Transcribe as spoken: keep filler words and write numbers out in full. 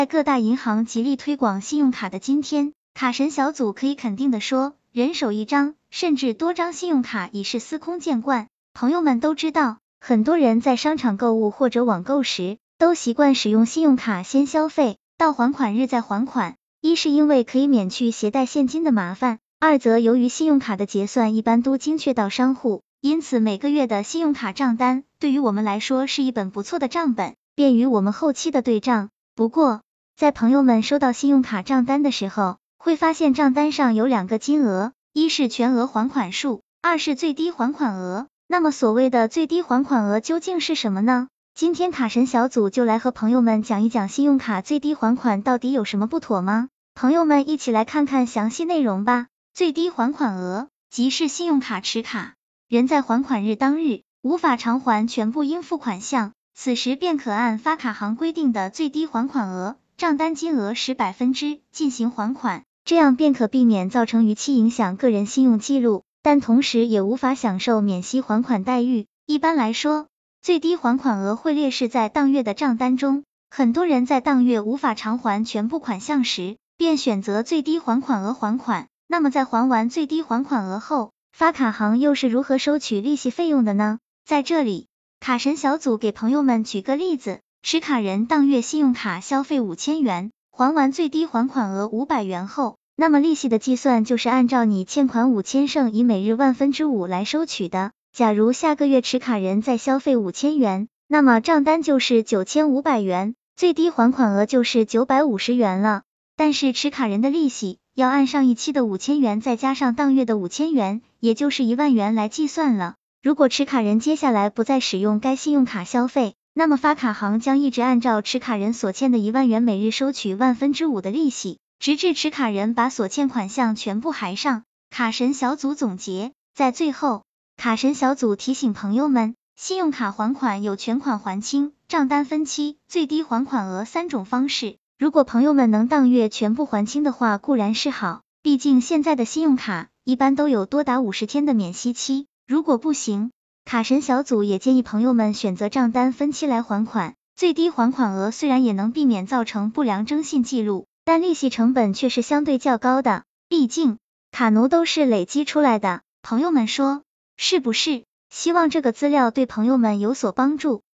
在各大银行极力推广信用卡的今天，卡神小组可以肯定的说，人手一张甚至多张信用卡已是司空见惯。朋友们都知道，很多人在商场购物或者网购时，都习惯使用信用卡先消费，到还款日再还款。一是因为可以免去携带现金的麻烦，二则由于信用卡的结算一般都精确到商户，因此每个月的信用卡账单对于我们来说是一本不错的账本，便于我们后期的对账。不过，在朋友们收到信用卡账单的时候，会发现账单上有两个金额，一是全额还款数，二是最低还款额。那么所谓的最低还款额究竟是什么呢？今天卡神小组就来和朋友们讲一讲信用卡最低还款到底有什么不妥吗？朋友们一起来看看详细内容吧。最低还款额，即是信用卡持卡人在还款日当日无法偿还全部应付款项，此时便可按发卡行规定的最低还款额，账单金额十百分之进行还款，这样便可避免造成逾期影响个人信用记录，但同时也无法享受免息还款待遇。一般来说，最低还款额会列示在当月的账单中，很多人在当月无法偿还全部款项时，便选择最低还款额还款。那么在还完最低还款额后，发卡行又是如何收取利息费用的呢？在这里，卡神小组给朋友们举个例子，持卡人当月信用卡消费五千元，还完最低还款额五百元后，那么利息的计算就是按照你欠款五千乘以每日万分之五来收取的。假如下个月持卡人再消费五千元，那么账单就是九千五百元，最低还款额就是九百五十元了。但是持卡人的利息要按上一期的五千元再加上当月的五千元，也就是一万元来计算了。如果持卡人接下来不再使用该信用卡消费，那么发卡行将一直按照持卡人所欠的一万元每日收取万分之五的利息，直至持卡人把所欠款项全部还上。卡神小组总结，在最后，卡神小组提醒朋友们，信用卡还款有全款还清、账单分期、最低还款额三种方式。如果朋友们能当月全部还清的话固然是好，毕竟现在的信用卡一般都有多达五十天的免息期。如果不行，卡神小组也建议朋友们选择账单分期来还款。最低还款额虽然也能避免造成不良征信记录，但利息成本却是相对较高的，毕竟卡奴都是累积出来的。朋友们说是不是？希望这个资料对朋友们有所帮助。